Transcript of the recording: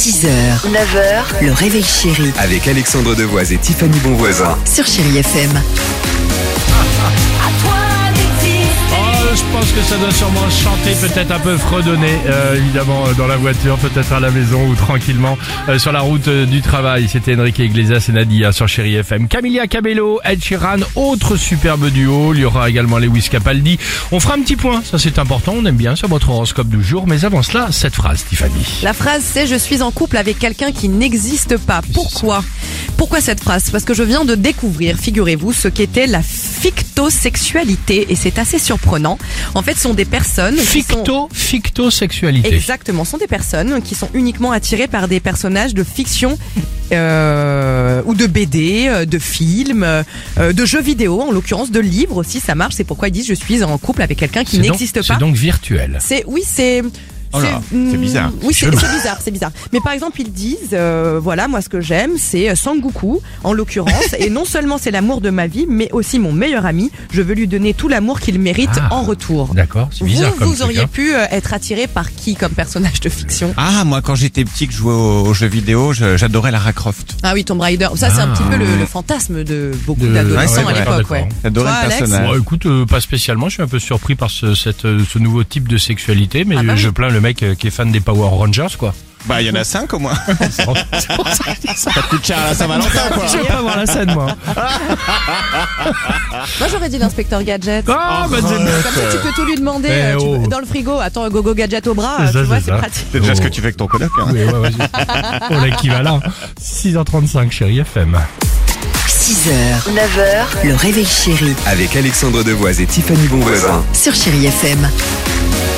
6h, 9h, le réveil chéri Avec Alexandre Devoise et Tiffany Bonvoisin. sur Chéri FM. Je pense que ça doit sûrement chanter, peut-être un peu fredonner, évidemment dans la voiture, peut-être à la maison ou tranquillement sur la route du travail. C'était Enrique Iglesias et Nadia sur Chéri FM. Camila Cabello, Ed Sheeran, autre superbe duo. Il y aura également Lewis Capaldi. On fera un petit point, ça c'est important, on aime bien sur votre horoscope du jour. Mais avant cela, cette phrase, Tiffany. La phrase c'est « Je suis en couple avec quelqu'un qui n'existe pas ». Pourquoi ? Pourquoi cette phrase ? Parce que je viens de découvrir, figurez-vous, ce qu'était la fictosexualité et c'est assez surprenant. En fait, ce sont des personnes Fictosexualité. Exactement, ce sont des personnes qui sont uniquement attirées par des personnages de fiction ou de BD, de films, de jeux vidéo, en l'occurrence de livres aussi, ça marche. C'est pourquoi ils disent « Je suis en couple avec quelqu'un qui n'existe pas ». C'est donc virtuel. C'est bizarre. Oui, c'est bizarre. Mais par exemple, ils disent, voilà, moi ce que j'aime, c'est Sangoku, en l'occurrence, et non seulement c'est l'amour de ma vie, mais aussi mon meilleur ami. Je veux lui donner tout l'amour qu'il mérite en retour. D'accord, c'est bizarre comme Vous truc, auriez hein. pu être attiré par qui comme personnage de fiction ? Ah, moi quand j'étais petit que je jouais aux jeux vidéo, j'adorais Lara Croft. Ah oui, Tomb Raider. Ça, c'est un petit peu le fantasme de beaucoup d'adolescents ouais, à l'époque, d'accord. ouais. J'adorais Toi, le Alex ? personnage. Bon, écoute, pas spécialement, je suis un peu surpris par ce nouveau type de sexualité, mais Ah bah oui. je plains le mec qui est fan des Power Rangers, quoi. Bah, il y en a 5 au moins. C'est pour ça que je dis ça. Ça coûte cher à la Saint-Valentin, quoi. Je veux pas voir la scène, moi. Moi, j'aurais dit l'inspecteur Gadget. Ah, bah, Comme ça, tu peux tout lui demander dans le frigo. Attends, un gogo gadget au bras, C'est ça, tu vois, c'est c'est ça. pratique. C'est déjà ce que tu fais avec ton coloc, hein. Oui, ouais, pour l'équivalent. 6h35, Chéri FM. 6h, 9h, le réveil chéri Avec Alexandre Devoise et Tiffany Bonvoisin. sur Chéri FM.